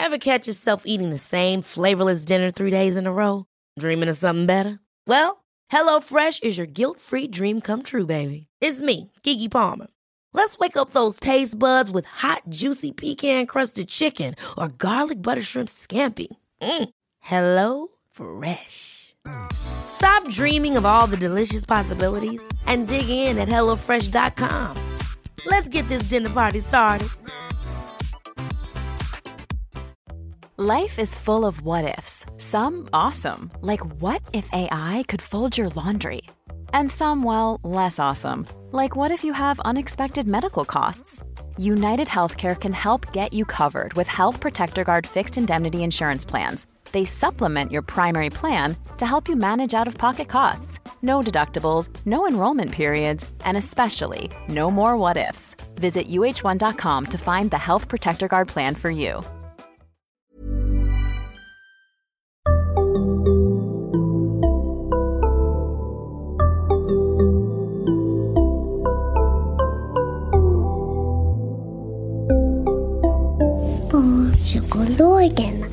Ever catch yourself eating the same flavorless dinner 3 days in a row? Dreaming of something better? Well, HelloFresh is your guilt-free dream come true, baby. It's me, Keke Palmer. Let's wake up those taste buds with hot, juicy pecan-crusted chicken or garlic butter shrimp scampi. Hello Fresh. Stop dreaming of all the delicious possibilities and dig in at HelloFresh.com. Let's get this dinner party started. Life is full of what-ifs. Some awesome, like what if AI could fold your laundry? And some, well, less awesome, like what if you have unexpected medical costs? United Healthcare can help get you covered with Health Protector Guard fixed indemnity insurance plans. They supplement your primary plan to help you manage out-of-pocket costs. No deductibles, no enrollment periods, and especially no more what-ifs. Visit uh1.com to find the Health Protector Guard plan for you. Barnpsykologerna.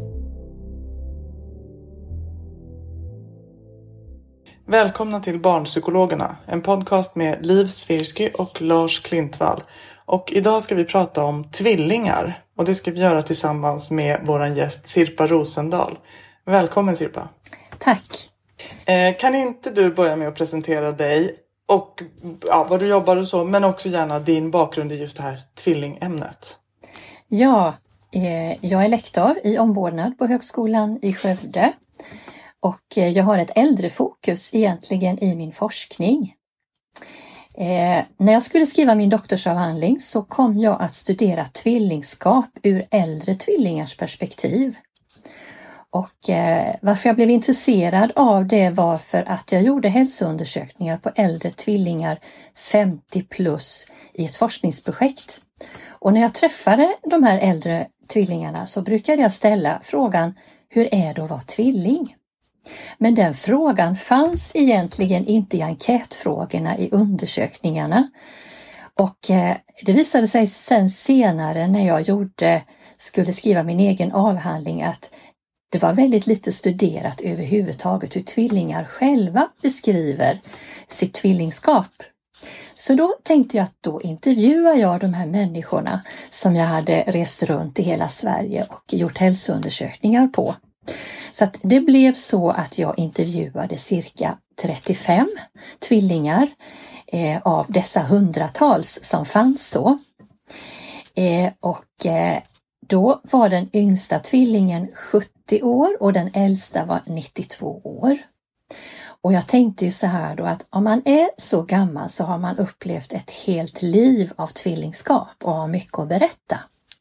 Välkomna till Barnpsykologerna, en podcast med Liv Svirsky och Lars Klintvall. Och idag ska vi prata om tvillingar. Och det ska vi göra tillsammans med vår gäst Sirpa Rosendahl. Välkommen Sirpa. Tack. Kan inte du börja med att presentera dig och vad du jobbar och så, men också gärna din bakgrund i just det här tvillingämnet? Ja, jag är lektor i omvårdnad på Högskolan i Skövde. Och jag har ett äldrefokus egentligen i min forskning. När jag skulle skriva min doktorsavhandling så kom jag att studera tvillingskap ur äldre tvillingars perspektiv. Och varför jag blev intresserad av det var för att jag gjorde hälsoundersökningar på äldre tvillingar 50 plus i ett forskningsprojekt. Och när jag träffade de här äldre tvillingarna så brukade jag ställa frågan: hur är det att vara tvilling? Men den frågan fanns egentligen inte i enkätfrågorna i undersökningarna. Och det visade sig sen senare när jag skulle skriva min egen avhandling att det var väldigt lite studerat överhuvudtaget hur tvillingar själva beskriver sitt tvillingskap. Så då tänkte jag att då intervjuar jag de här människorna som jag hade rest runt i hela Sverige och gjort hälsoundersökningar på. Så att det blev så att jag intervjuade cirka 35 tvillingar av dessa hundratals som fanns då. Då var den yngsta tvillingen 70 år och den äldsta var 92 år. Och jag tänkte ju så här då att om man är så gammal så har man upplevt ett helt liv av tvillingskap och har mycket att berätta.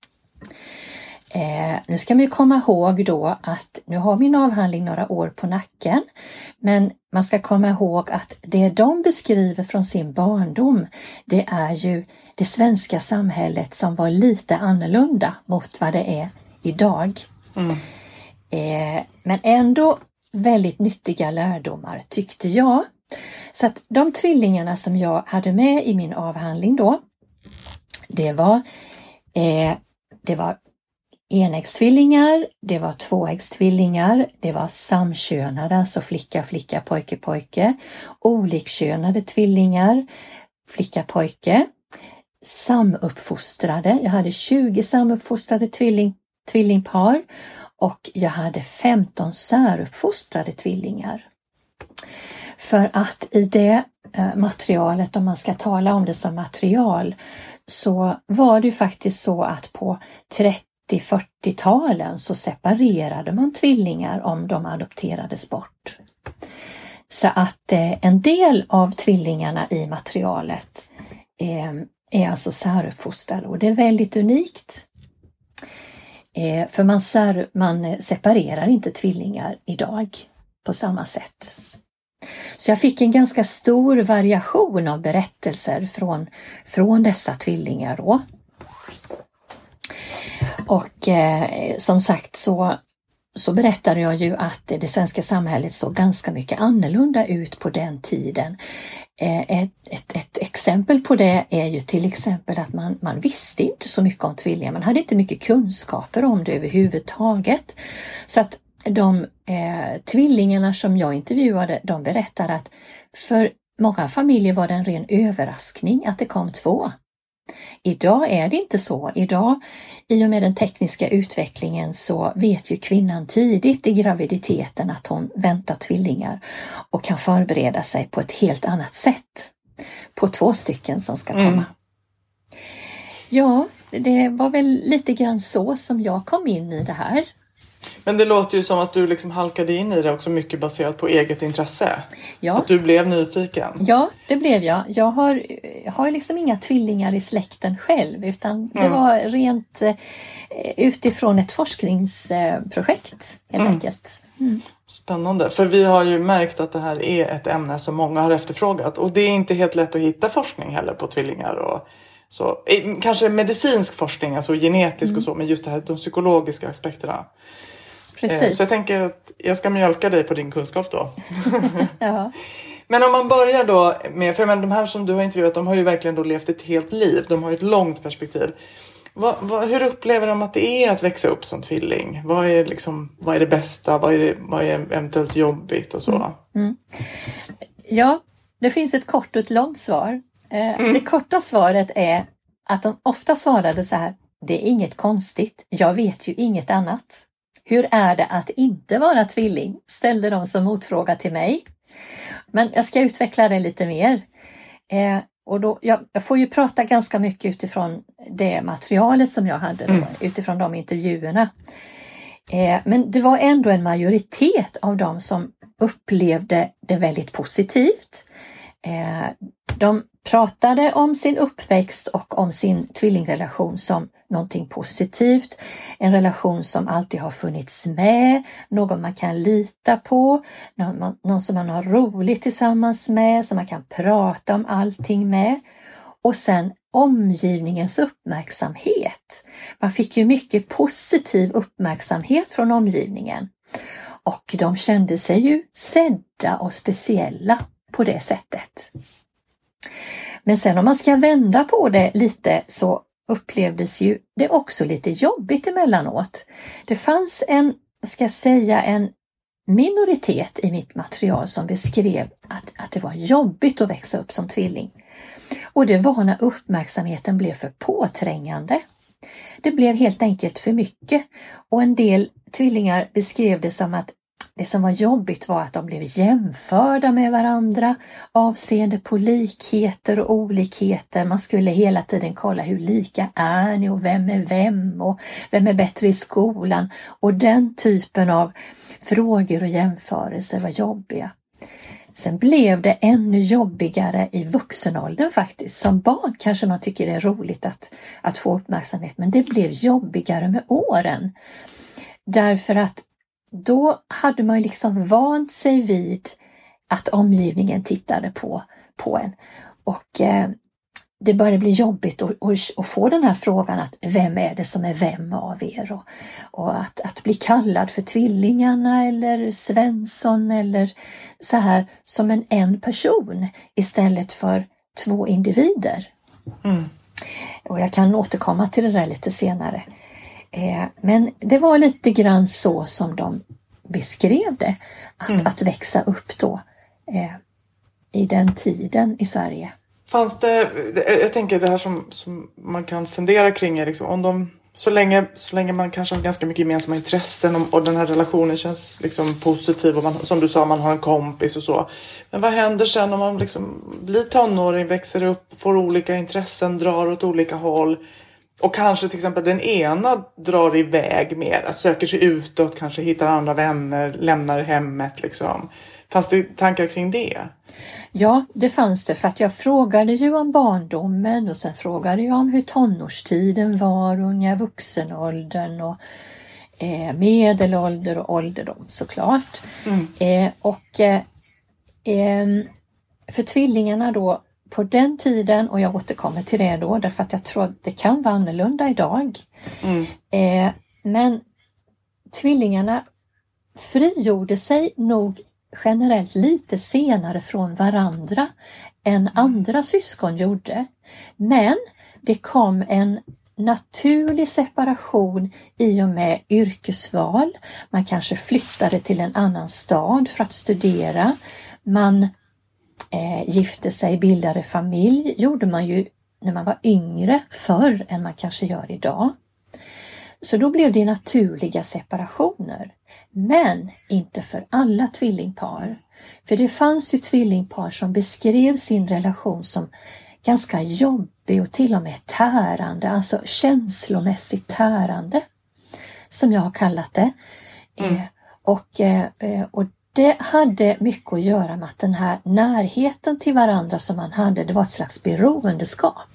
Nu ska man ju komma ihåg då att nu har min avhandling några år på nacken, men man ska komma ihåg att det de beskriver från sin barndom, det är ju det svenska samhället som var lite annorlunda mot vad det är idag. Men ändå väldigt nyttiga lärdomar tyckte jag. Så att de tvillingarna som jag hade med i min avhandling då, det var enäggstvillingar, det var tvåäggstvillingar, det var samkönade, alltså flicka, flicka, pojke, pojke, olikkönade tvillingar, flicka, pojke, samuppfostrade, jag hade 20 samuppfostrade tvillingpar och jag hade 15 säruppfostrade tvillingar. För att i det materialet, om man ska tala om det som material, så var det ju faktiskt så att på 30-40-talen så separerade man tvillingar om de adopterades bort. Så att en del av tvillingarna i materialet är alltså säruppfostrade och det är väldigt unikt. För man separerar inte tvillingar idag på samma sätt. Så jag fick en ganska stor variation av berättelser från dessa tvillingar då. Och som sagt så så berättade jag ju att det svenska samhället såg ganska mycket annorlunda ut på den tiden. Ett exempel på det är ju till exempel att man visste inte så mycket om tvillingar. Man hade inte mycket kunskaper om det överhuvudtaget. Så att de tvillingarna som jag intervjuade, de berättade att för många familjer var det en ren överraskning att det kom 2. Idag är det inte så. Idag, i och med den tekniska utvecklingen, så vet ju kvinnan tidigt i graviditeten att hon väntar tvillingar och kan förbereda sig på ett helt annat sätt på 2 stycken som ska komma. Ja, det var väl lite grann så som jag kom in i det här. Men det låter ju som att du liksom halkade in i det också mycket baserat på eget intresse. Ja. Att du blev nyfiken. Ja, det blev jag. Jag har liksom inga tvillingar i släkten själv, utan det var rent utifrån ett forskningsprojekt helt enkelt. Spännande, för vi har ju märkt att det här är ett ämne som många har efterfrågat. Och det är inte helt lätt att hitta forskning heller på tvillingar och så. Kanske medicinsk forskning, alltså genetisk och så, men just det här, de psykologiska aspekterna. Precis. Så jag tänker att jag ska mjölka dig på din kunskap då. Ja. Men om man börjar då med, för de här som du har intervjuat, de har ju verkligen då levt ett helt liv. De har ju ett långt perspektiv. Hur upplever de att det är att växa upp som tvilling? Vad är det bästa? Vad är eventuellt jobbigt och så? Ja, det finns ett kort och ett långt svar. Det korta svaret är att de ofta svarade så här: det är inget konstigt, jag vet ju inget annat. Hur är det att inte vara tvilling? Ställde de som motfråga till mig. Men jag ska utveckla det lite mer. Och då, jag får ju prata ganska mycket utifrån det materialet som jag hade då, utifrån de intervjuerna. Men det var ändå en majoritet av dem som upplevde det väldigt positivt. De pratade om sin uppväxt och om sin tvillingrelation som någonting positivt. En relation som alltid har funnits med, någon man kan lita på, någon som man har roligt tillsammans med, som man kan prata om allting med. Och sen omgivningens uppmärksamhet. Man fick ju mycket positiv uppmärksamhet från omgivningen. Och de kände sig ju sedda och speciella på det sättet. Men sen om man ska vända på det lite, så upplevdes ju det också lite jobbigt emellanåt. Det fanns en minoritet i mitt material som beskrev att det var jobbigt att växa upp som tvilling. Och det var när uppmärksamheten blev för påträngande. Det blev helt enkelt för mycket. Och en del tvillingar beskrev det som att det som var jobbigt var att de blev jämförda med varandra avseende på likheter och olikheter. Man skulle hela tiden kolla hur lika är ni och vem är bättre i skolan. Och den typen av frågor och jämförelser var jobbiga. Sen blev det ännu jobbigare i vuxenåldern faktiskt. Som barn kanske man tycker det är roligt att få uppmärksamhet, men det blev jobbigare med åren. Därför att då hade man liksom vant sig vid att omgivningen tittade på en. Och det började bli jobbigt att få den här frågan att vem är det som är vem av er? Och att bli kallad för tvillingarna eller Svensson eller så här som en person istället för 2 individer. Och jag kan återkomma till det där lite senare. Men det var lite grann så som de beskrev det. Att växa upp då i den tiden i Sverige. Fanns det, jag tänker det här som man kan fundera kring är liksom, om så länge man kanske har ganska mycket gemensamma intressen och den här relationen känns liksom positiv och man, som du sa, man har en kompis och så. Men vad händer sen om man liksom blir tonåring, växer upp, får olika intressen, drar åt olika håll? Och kanske till exempel den ena drar iväg mer, söker sig utåt, kanske hittar andra vänner, lämnar hemmet liksom. Fanns det tankar kring det? Ja, det fanns det, för att jag frågade ju om barndomen och sen frågade jag om hur tonårstiden var, unga vuxenåldern och medelålder och ålderdom såklart. För tvillingarna då på den tiden, och jag återkommer till det då därför att jag tror att det kan vara annorlunda idag. Men tvillingarna frigjorde sig nog generellt lite senare från varandra än andra syskon gjorde. Men det kom en naturlig separation i och med yrkesval. Man kanske flyttade till en annan stad för att studera. Man gifte sig, bildade familj. Gjorde man ju när man var yngre förr än man kanske gör idag. Så då blev det naturliga separationer. Men inte för alla tvillingpar. För det fanns ju tvillingpar som beskrev sin relation som ganska jobbig och till och med tärande. Alltså känslomässigt tärande. Som jag har kallat det. Och det hade mycket att göra med att den här närheten till varandra som man hade, det var ett slags beroendeskap.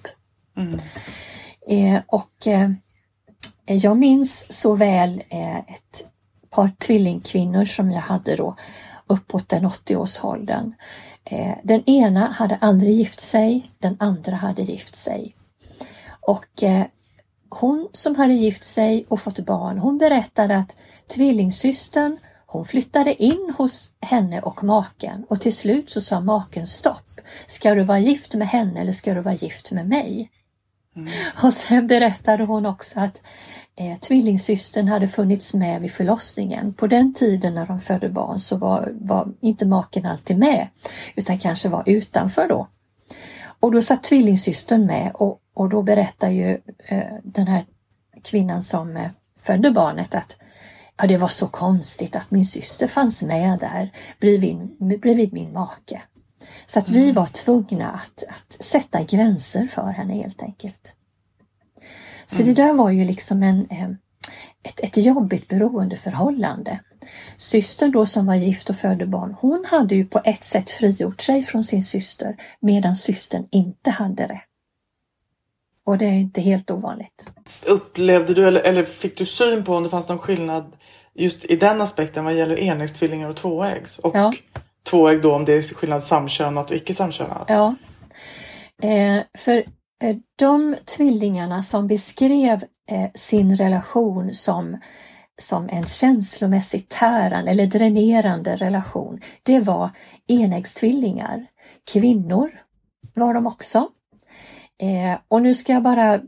Jag minns så väl ett par tvillingkvinnor som jag hade då uppåt den 80-årsåldern. Den ena hade aldrig gift sig, den andra hade gift sig. Och hon som hade gift sig och fått barn, hon berättade att tvillingsystern, hon flyttade in hos henne och maken och till slut så sa maken stopp. Ska du vara gift med henne eller ska du vara gift med mig? Och sen berättade hon också att tvillingsystern hade funnits med vid förlossningen. På den tiden när de födde barn så var inte maken alltid med utan kanske var utanför då. Och då satt tvillingsystern med och då berättar ju den här kvinnan som födde barnet att ja, det var så konstigt att min syster fanns med där bredvid min make. Så att vi var tvungna att sätta gränser för henne helt enkelt. Så det där var ju liksom ett jobbigt beroendeförhållande. Systern då som var gift och födde barn, hon hade ju på ett sätt frigjort sig från sin syster medan systern inte hade det. Och det är inte helt ovanligt. Upplevde du eller fick du syn på om det fanns någon skillnad just i den aspekten vad gäller enäggstvillingar och tvåäggs? Och ja. Tvåägg då om det är skillnad samkönat och icke samkönat? Ja, för de tvillingarna som beskrev sin relation som en känslomässigt tärande eller dränerande relation, det var enäggstvillingar. Kvinnor var de också. Och nu ska jag bara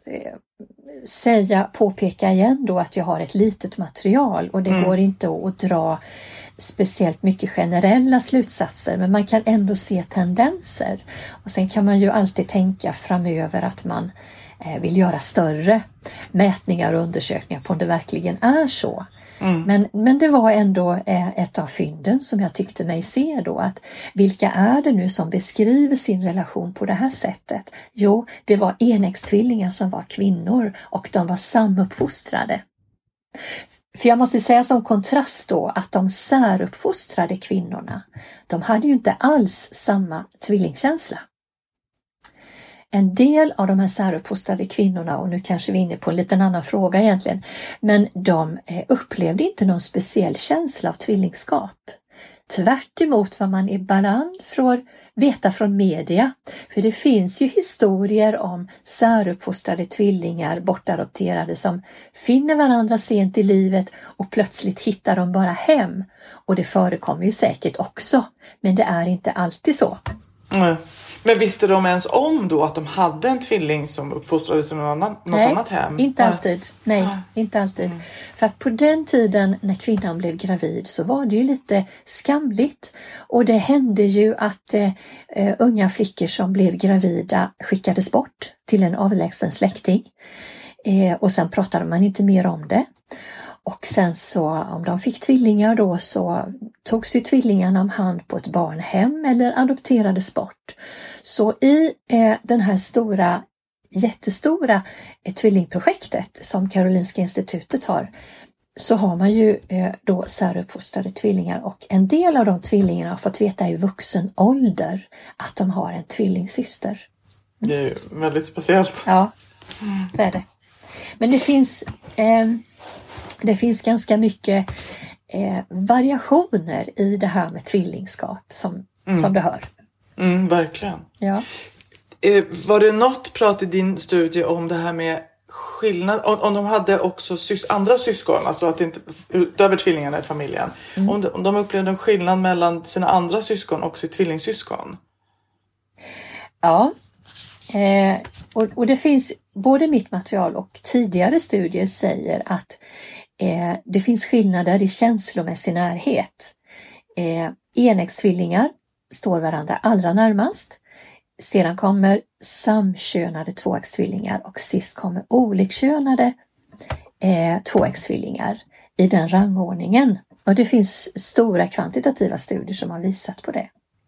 påpeka igen då att jag har ett litet material och det går inte att dra speciellt mycket generella slutsatser, men man kan ändå se tendenser. Och sen kan man ju alltid tänka framöver att man vill göra större mätningar och undersökningar på om det verkligen är så. Men det var ändå ett av fynden som jag tyckte mig se då, att vilka är det nu som beskriver sin relation på det här sättet? Jo, det var enäggstvillingar som var kvinnor och de var samuppfostrade. För jag måste säga som kontrast då att de säruppfostrade kvinnorna, de hade ju inte alls samma tvillingkänsla. En del av de här säruppfostrade kvinnorna, och nu kanske vi är inne på en liten annan fråga egentligen, men de upplevde inte någon speciell känsla av tvillingskap. Tvärt emot vad man ibland får veta från media. För det finns ju historier om säruppfostrade tvillingar, bortadopterade, som finner varandra sent i livet och plötsligt hittar de bara hem. Och det förekommer ju säkert också, men det är inte alltid så. Men visste de ens om då att de hade en tvilling som uppfostrades i något annat hem? Inte alltid. Nej, inte alltid. För att på den tiden när kvinnan blev gravid så var det ju lite skamligt. Och det hände ju att unga flickor som blev gravida skickades bort till en avlägsen släkting. Och sen pratade man inte mer om det. Och sen så om de fick tvillingar då så togs ju tvillingarna om hand på ett barnhem eller adopterades bort. Så i den här jättestora tvillingprojektet som Karolinska institutet har, så har man ju då säruppfostrade tvillingar, och en del av de tvillingarna har fått veta i vuxen ålder att de har en tvillingsyster. Det är ju väldigt speciellt. Ja, det är det. Men det finns ganska mycket variationer i det här med tvillingskap som du hör. Verkligen. Ja. Var det något prat i din studie om det här med skillnad om de hade också andra syskon, alltså att inte utöver tvillingarna i familjen. Om de upplevde en skillnad mellan sina andra syskon och sitt tvillingsyskon? Ja, och det finns både mitt material och tidigare studier säger att det finns skillnader i känslomässig närhet. Enäggstvillingar står varandra allra närmast. Sedan kommer samkönade tvåäggstvillingar och sist kommer olikkönade tvåäggstvillingar i den rangordningen. Och det finns stora kvantitativa studier som har visat på det.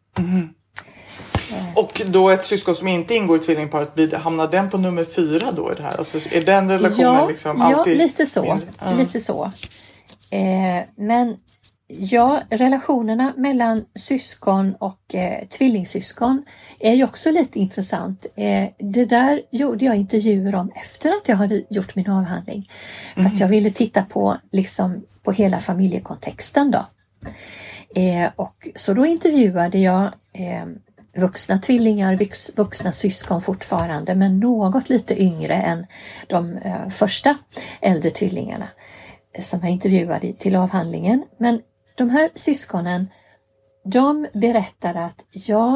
Och då ett syskon som inte ingår i tvillingparet, hamnar den på nummer 4 då i det här? Alltså, är den relationen liksom alltid... Ja, lite så. Lite så. Men ja, relationerna mellan syskon och tvillingsyskon är ju också lite intressant. Det där gjorde jag intervjuer om efter att jag hade gjort min avhandling. För att jag ville titta på, liksom, på hela familjekontexten då. Och så då intervjuade jag vuxna tvillingar, vuxna syskon fortfarande, men något lite yngre än de första äldre tvillingarna som jag intervjuade till avhandlingen. Men de här syskonen, de berättade att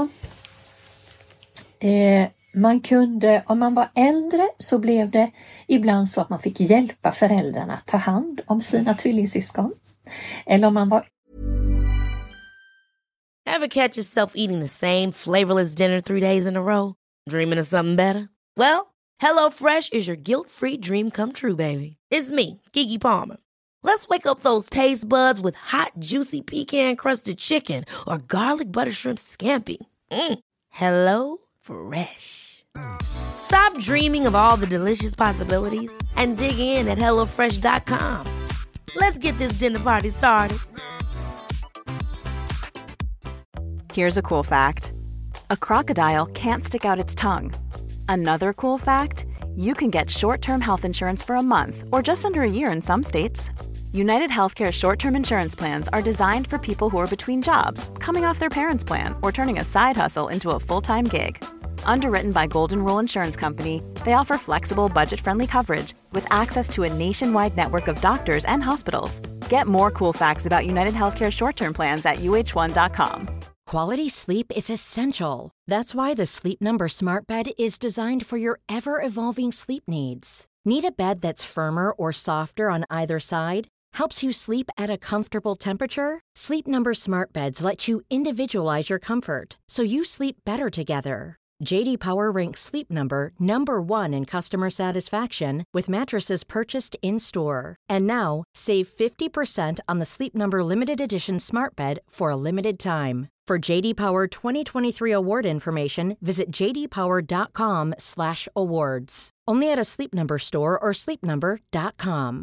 man kunde, om man var äldre så blev det ibland så att man fick hjälpa föräldrarna att ta hand om sina tvillingsyskon. Eller om man var... Ever catch yourself eating the same flavorless dinner 3 days in a row? Dreaming of something better? Well, HelloFresh is your guilt-free dream come true, baby. It's me, Keke Palmer. Let's wake up those taste buds with hot, juicy pecan-crusted chicken or garlic butter shrimp scampi. Hello Fresh. Stop dreaming of all the delicious possibilities and dig in at HelloFresh.com. Let's get this dinner party started. Here's a cool fact. A crocodile can't stick out its tongue. Another cool fact, you can get short-term health insurance for a month or just under a year in some states. United Healthcare short-term insurance plans are designed for people who are between jobs, coming off their parents' plan, or turning a side hustle into a full-time gig. Underwritten by Golden Rule Insurance Company, they offer flexible, budget-friendly coverage with access to a nationwide network of doctors and hospitals. Get more cool facts about United Healthcare short-term plans at uh1.com. Quality sleep is essential. That's why the Sleep Number Smart Bed is designed for your ever-evolving sleep needs. Need a bed that's firmer or softer on either side? Helps you sleep at a comfortable temperature? Sleep Number Smart Beds let you individualize your comfort, so you sleep better together. JD Power ranks Sleep Number #1 in customer satisfaction with mattresses purchased in-store. And now, save 50% on the Sleep Number Limited Edition Smart Bed for a limited time. For JD Power 2023 award information, visit jdpower.com/awards. Only at a Sleep Number store or sleepnumber.com.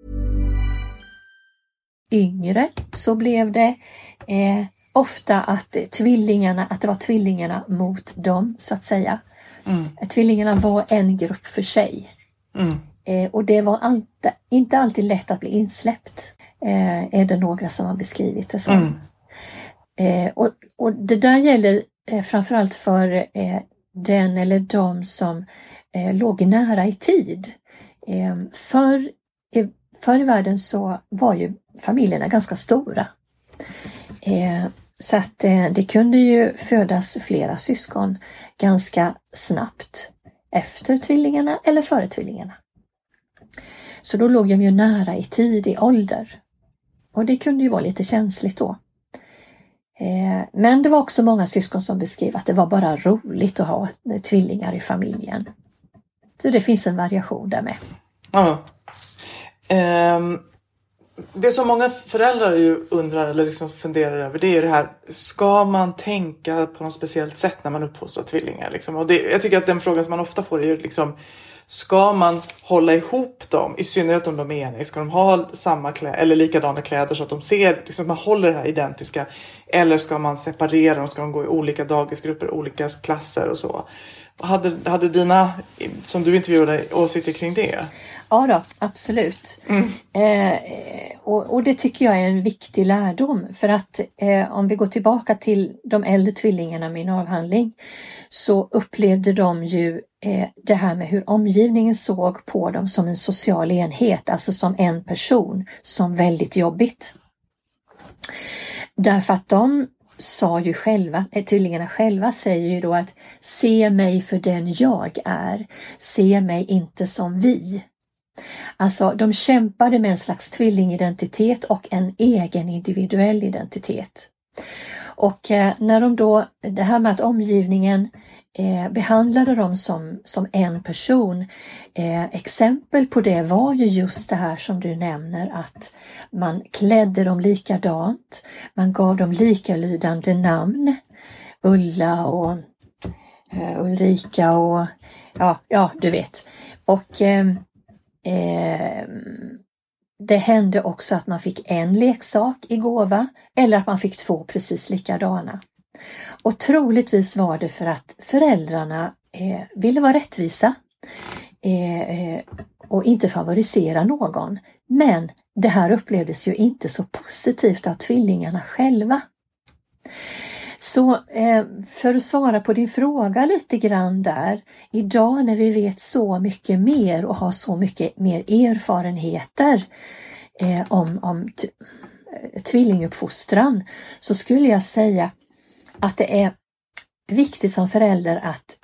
Yngre så blev det ofta att det var tvillingarna mot dem, så att säga. Tvillingarna var en grupp för sig. Och det var inte alltid lätt att bli insläppt. Är det några som har beskrivit det som. Och det där gäller framförallt för den eller de som låg nära i tid. Förr i världen så var ju familjerna ganska stora. Så att det kunde ju födas flera syskon ganska snabbt efter tvillingarna eller före tvillingarna. Så då låg de ju nära i tid, i ålder. Och det kunde ju vara lite känsligt då. Men det var också många syskon som beskrev att det var bara roligt att ha tvillingar i familjen. Så det finns en variation där med. Ja. Det som många föräldrar ju undrar eller liksom funderar över, det är det här, ska man tänka på något speciellt sätt när man uppfostrar tvillingar? Liksom? Och jag tycker att den frågan som man ofta får är liksom, ska man hålla ihop dem, i synnerhet om de är eniga? Ska de ha samma kläder eller likadana kläder så att de ser, liksom, man håller det här identiska? Eller ska man separera dem? Ska de gå i olika dagisgrupper, olika klasser och så? Hade dina, som du intervjuade, åsikter kring det? Ja då, absolut. och det tycker jag är en viktig lärdom, för att om vi går tillbaka till de äldre tvillingarna i min avhandling, så upplevde de ju det här med hur omgivningen såg på dem som en social enhet, alltså som en person, som väldigt jobbigt. Därför att de sa ju själva, tvillingarna själva säger ju då att se mig för den jag är, se mig inte som vi. Alltså de kämpade med en slags tvillingidentitet och en egen individuell identitet. Och när de då, det här med att omgivningen behandlade dem som en person, exempel på det var ju just det här som du nämner, att man klädde dem likadant, man gav dem likalydande namn, Ulla och Ulrika och ja du vet. Och det hände också att man fick en leksak i gåva eller att man fick 2 precis likadana. Och troligtvis var det för att föräldrarna ville vara rättvisa och inte favorisera någon. Men det här upplevdes ju inte så positivt av tvillingarna själva. Så för att svara på din fråga lite grann där, idag när vi vet så mycket mer och har så mycket mer erfarenheter om tvillinguppfostran, så skulle jag säga att det är viktigt som förälder att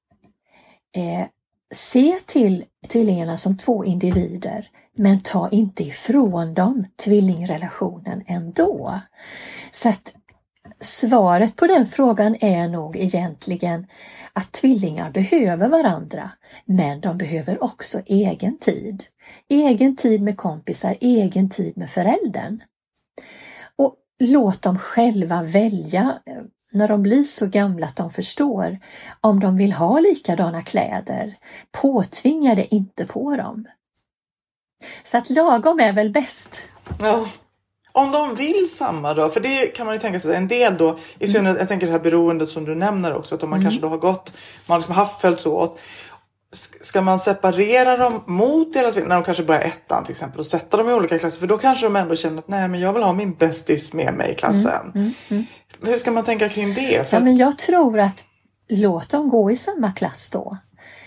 se till tvillingarna som 2 individer, men ta inte ifrån dem tvillingrelationen ändå. Så att svaret på den frågan är nog egentligen att tvillingar behöver varandra, men de behöver också egen tid. Egen tid med kompisar, egen tid med föräldern. Och låt dem själva välja när de blir så gamla att de förstår om de vill ha likadana kläder. Påtvinga det inte på dem. Så att lagom är väl bäst. Ja. Om de vill samma då, för det kan man ju tänka sig en del då, i synnerhet, jag tänker det här beroendet som du nämner också, att om man kanske då har gått, man liksom haft följts åt, ska man separera dem mot deras vilja när de kanske börjar 1:an till exempel och sätta dem i olika klasser, för då kanske de ändå känner att nej, men jag vill ha min bästis med mig i klassen. Hur ska man tänka kring det? Ja, men jag tror att låt dem gå i samma klass då.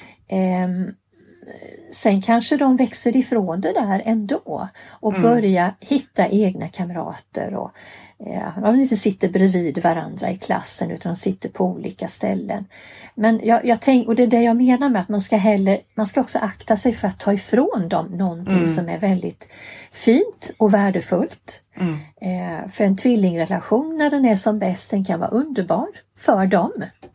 Sen kanske de växer ifrån det där ändå och börjar hitta egna kamrater och de inte sitter bredvid varandra i klassen utan sitter på olika ställen. Men jag tänker, och det är det jag menar med att man ska också akta sig för att ta ifrån dem någonting som är väldigt fint och värdefullt. För en tvillingrelation när den är som bäst, den kan vara underbar för dem.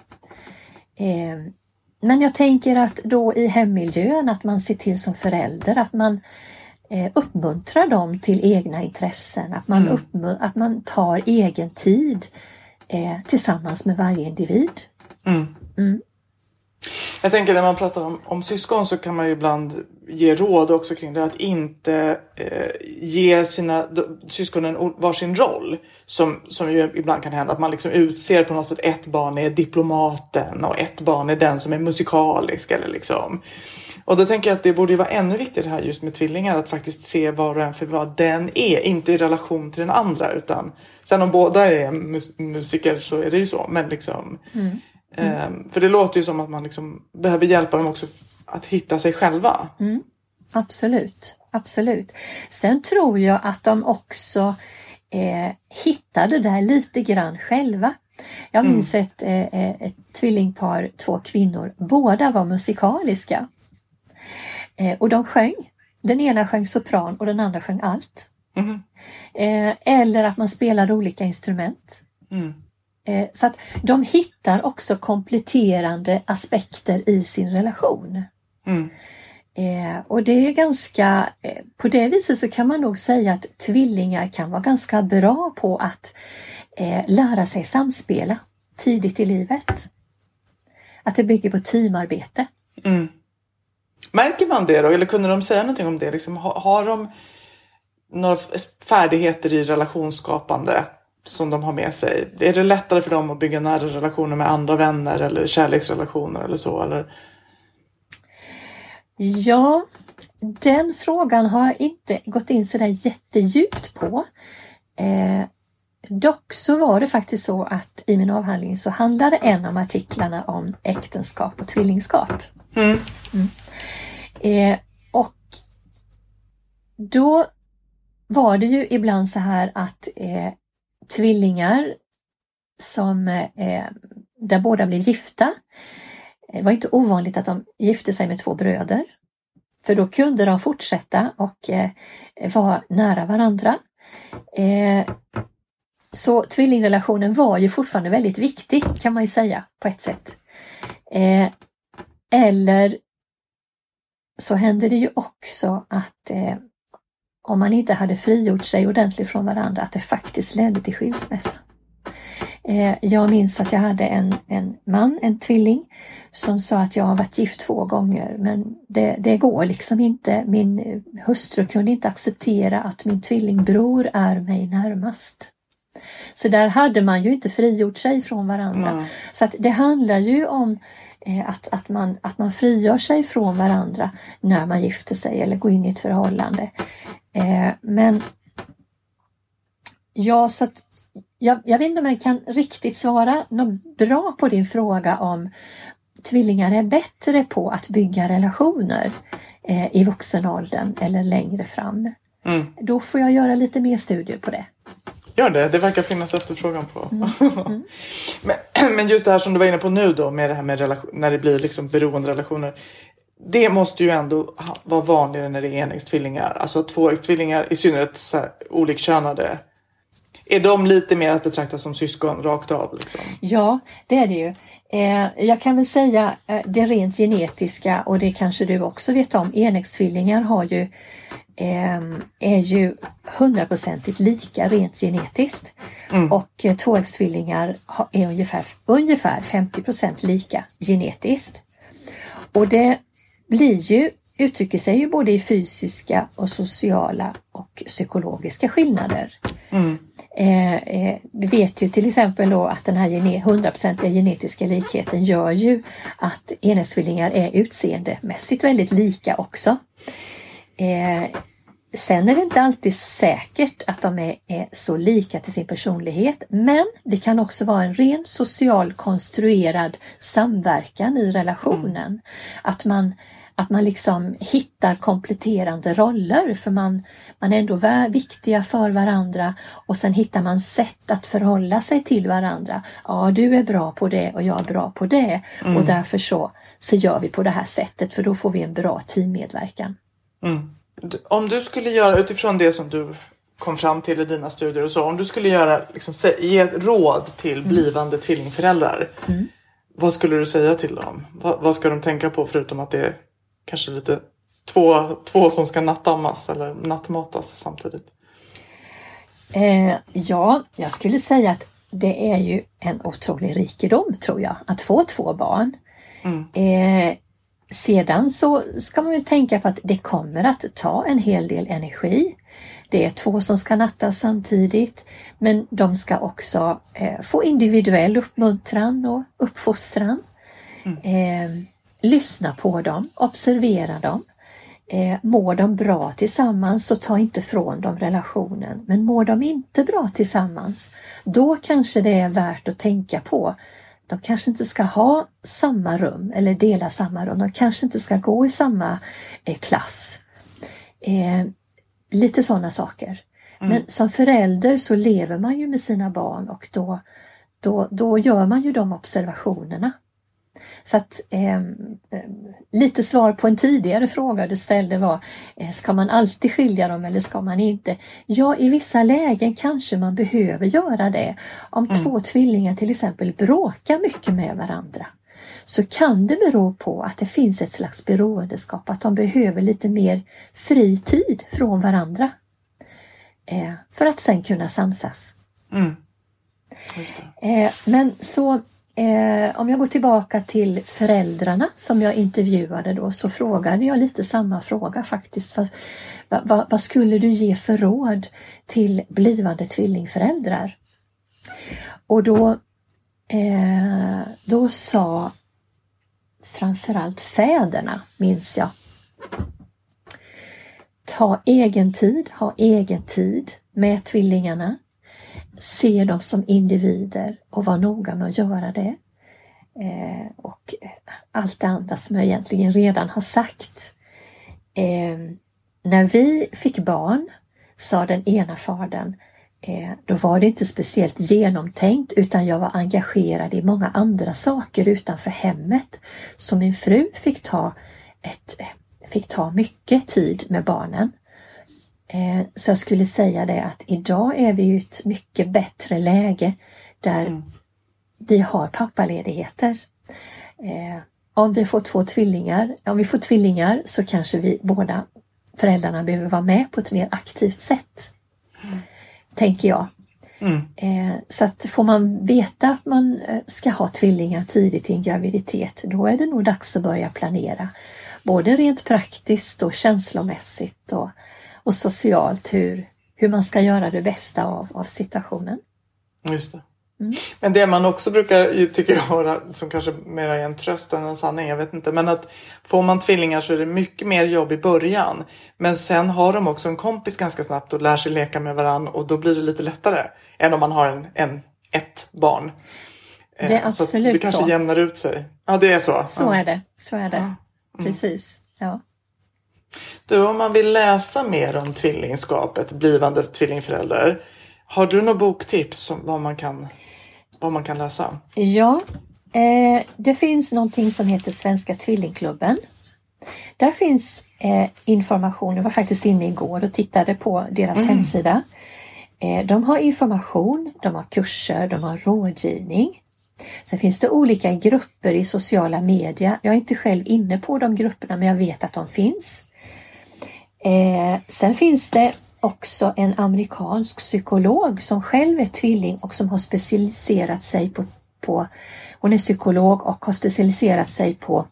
Men jag tänker att då i hemmiljön att man ser till som förälder att man uppmuntrar dem till egna intressen. Att man tar egen tid tillsammans med varje individ. Jag tänker när man pratar om syskon så kan man ju ibland ge råd också kring det. Att inte ge sina syskonen varsin roll. Som ju ibland kan hända. Att man liksom utser på något sätt ett barn är diplomaten och ett barn är den som är musikalisk. Eller liksom. Och då tänker jag att det borde ju vara ännu viktigare här just med tvillingar. Att faktiskt se var och en för vad den är. Inte i relation till den andra. Utan sen om båda är musiker så är det ju så. Men liksom... För det låter ju som att man liksom behöver hjälpa dem också att hitta sig själva. Absolut. Sen tror jag att de också hittade det där lite grann själva. Jag minns ett tvillingpar, 2 kvinnor. Båda var musikaliska. Och de sjöng. Den ena sjöng sopran och den andra sjöng allt. Eller att man spelade olika instrument. Så att de hittar också kompletterande aspekter i sin relation. Och det är ganska, på det viset så kan man nog säga att tvillingar kan vara ganska bra på att lära sig samspela tidigt i livet. Att det bygger på teamarbete. Märker man det då? Eller kunde de säga någonting om det? Liksom, har de några färdigheter i relationsskapande som de har med sig? Är det lättare för dem att bygga nära relationer med andra vänner eller kärleksrelationer eller så? Eller? Ja, Den frågan har jag inte gått in så där jättedjupt på. Dock så var det faktiskt så att i min avhandling så handlade en av artiklarna om äktenskap och tvillingskap. Och då var det ju ibland så här att tvillingar som där båda blev gifta, det var inte ovanligt att de gifte sig med 2 bröder. För då kunde de fortsätta och vara nära varandra. Så tvillingrelationen var ju fortfarande väldigt viktig, kan man ju säga på ett sätt. Eller så hände det ju också att om man inte hade frigjort sig ordentligt från varandra, att det faktiskt ledde till skilsmässa. Jag minns att jag hade en man, en tvilling, som sa att jag har varit gift 2 gånger, men det går liksom inte. Min hustru kunde inte acceptera att min tvillingbror är mig närmast. Så där hade man ju inte frigjort sig från varandra. Så att det handlar ju om att man frigör sig från varandra när man gifter sig eller går in i ett förhållande. Men så att jag vet inte om jag kan riktigt svara något bra på din fråga om tvillingar är bättre på att bygga relationer i vuxenåldern eller längre fram. Då får jag göra lite mer studier på det. Gör det verkar finnas efterfrågan på. Men just det här som du var inne på nu då, med det här med när det blir liksom beroenderelationer. Det måste ju ändå vara vanligare när det är enäggstvillingar. Alltså 2-äggstvillingar, i synnerhet så här olikkönade. Är de lite mer att betrakta som syskon rakt av? Liksom? Ja, det är det ju. Jag kan väl säga det rent genetiska, och det kanske du också vet om. Enäggstvillingar är ju 100% lika rent genetiskt. Och 2-äggstvillingar är ungefär 50% lika genetiskt. Och det uttrycker sig ju både i fysiska och sociala och psykologiska skillnader. Vi vet ju till exempel då att den här 100% genetiska likheten gör ju att enäggstvillingar är utseendemässigt väldigt lika också. Sen är det inte alltid säkert att de är så lika till sin personlighet, men det kan också vara en ren social konstruerad samverkan i relationen. Att man liksom hittar kompletterande roller, för man är ändå viktiga för varandra, och sen hittar man sätt att förhålla sig till varandra. Ja, du är bra på det och jag är bra på det, och därför så gör vi på det här sättet, för då får vi en bra teammedverkan. Om du skulle göra, utifrån det som du kom fram till i dina studier och så, om du skulle ge ett råd till blivande tvillingföräldrar, vad skulle du säga till dem? Vad ska de tänka på, förutom att det är kanske lite två som ska nattammas eller nattmatas samtidigt? Ja, jag skulle säga att det är ju en otrolig rikedom, tror jag, att få 2 barn. Sedan så ska man ju tänka på att det kommer att ta en hel del energi. Det är 2 som ska nattas samtidigt, men de ska också få individuell uppmuntran och uppfostran. Lyssna på dem, observera dem. Mår de bra tillsammans, så ta inte från dem relationen. Men mår de inte bra tillsammans, då kanske det är värt att tänka på. De kanske inte ska ha samma rum eller dela samma rum. De kanske inte ska gå i samma klass. Lite sådana saker. Men som förälder så lever man ju med sina barn, och då gör man ju de observationerna. Så att lite svar på en tidigare fråga du ställde var, ska man alltid skilja dem eller ska man inte? Ja, i vissa lägen kanske man behöver göra det. Om 2 tvillingar till exempel bråkar mycket med varandra, så kan det bero på att det finns ett slags beroendeskap, att de behöver lite mer fri tid från varandra för att sen kunna samsas. Just det. Men så om jag går tillbaka till föräldrarna som jag intervjuade då, så frågade jag lite samma fråga faktiskt. Vad skulle du ge för råd till blivande tvillingföräldrar? Och då sa framförallt fäderna, minns jag, ha egen tid med tvillingarna. Se dem som individer och vara noga med att göra det. Och allt det andra som jag egentligen redan har sagt. När vi fick barn, sa den ena fadern, då var det inte speciellt genomtänkt, utan jag var engagerad i många andra saker utanför hemmet. Så min fru fick ta mycket tid med barnen. Så jag skulle säga det att idag är vi i ett mycket bättre läge där vi har pappaledigheter. Om vi får tvillingar så kanske vi båda föräldrarna behöver vara med på ett mer aktivt sätt. Tänker jag. Så att får man veta att man ska ha tvillingar tidigt i en graviditet, då är det nog dags att börja planera. Både rent praktiskt och känslomässigt och socialt hur man ska göra det bästa av situationen. Just det. Men det man också brukar tycker jag vara, som kanske mer är en tröst än en sanning, jag vet inte, men att får man tvillingar så är det mycket mer jobb i början, men sen har de också en kompis ganska snabbt och lär sig leka med varann, och då blir det lite lättare än om man har ett barn. Det är absolut så. Det kanske jämnar ut sig. Ja, det är så. Så är det. Precis, ja. Du, om man vill läsa mer om tvillingskapet, blivande tvillingföräldrar, har du några boktips om vad man kan läsa? Ja, det finns någonting som heter Svenska tvillingklubben. Där finns information. Jag var faktiskt inne igår och tittade på deras hemsida. De har information, de har kurser, de har rådgivning. Sen finns det olika grupper i sociala medier. Jag är inte själv inne på de grupperna, men jag vet att de finns. Sen finns det också en amerikansk psykolog som själv är tvilling och som har specialiserat sig på hon är psykolog och har specialiserat sig på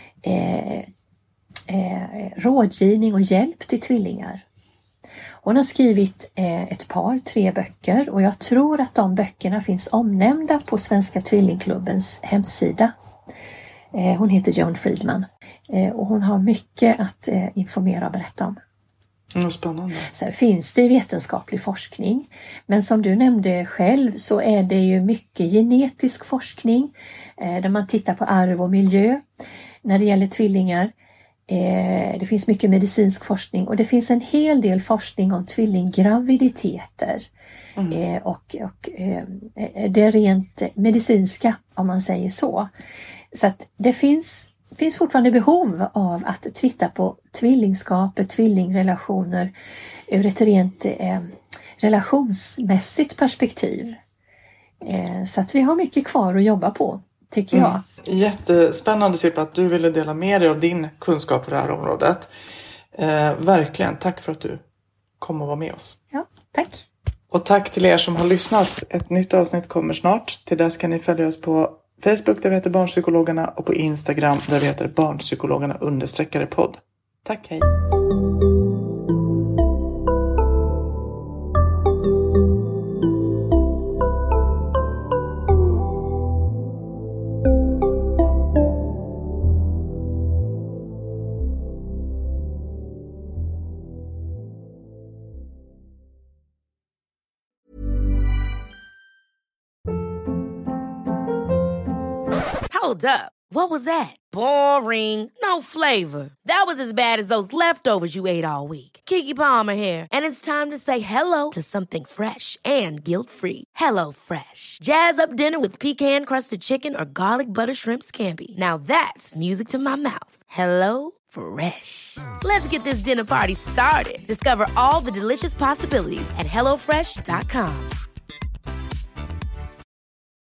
rådgivning och hjälp till tvillingar. Hon har skrivit 3 böcker, och jag tror att de böckerna finns omnämnda på Svenska tvillingklubbens hemsida. Hon heter Joan Friedman och hon har mycket att informera och berätta om. Spännande. Sen finns det vetenskaplig forskning, men som du nämnde själv så är det ju mycket genetisk forskning där man tittar på arv och miljö när det gäller tvillingar. Det finns mycket medicinsk forskning, och det finns en hel del forskning om tvillinggraviditeter och det rent medicinska, om man säger så. Så att det finns fortfarande behov av att titta på tvillingskapet, tvillingrelationer ur ett rent relationsmässigt perspektiv. Så att vi har mycket kvar att jobba på, tycker jag. Jättespännande, Sirpa, att du ville dela med dig av din kunskap på det här området. Verkligen, tack för att du kom och var med oss. Ja, tack. Och tack till er som har lyssnat. Ett nytt avsnitt kommer snart. Till dess kan ni följa oss på Facebook där vi heter Barnpsykologerna, och på Instagram där vi heter Barnpsykologerna_podd. Tack, hej! Hold up. What was that? Boring. No flavor. That was as bad as those leftovers you ate all week. Keke Palmer here, and it's time to say hello to something fresh and guilt-free. Hello Fresh. Jazz up dinner with pecan-crusted chicken or garlic butter shrimp scampi. Now that's music to my mouth. Hello Fresh. Let's get this dinner party started. Discover all the delicious possibilities at hellofresh.com.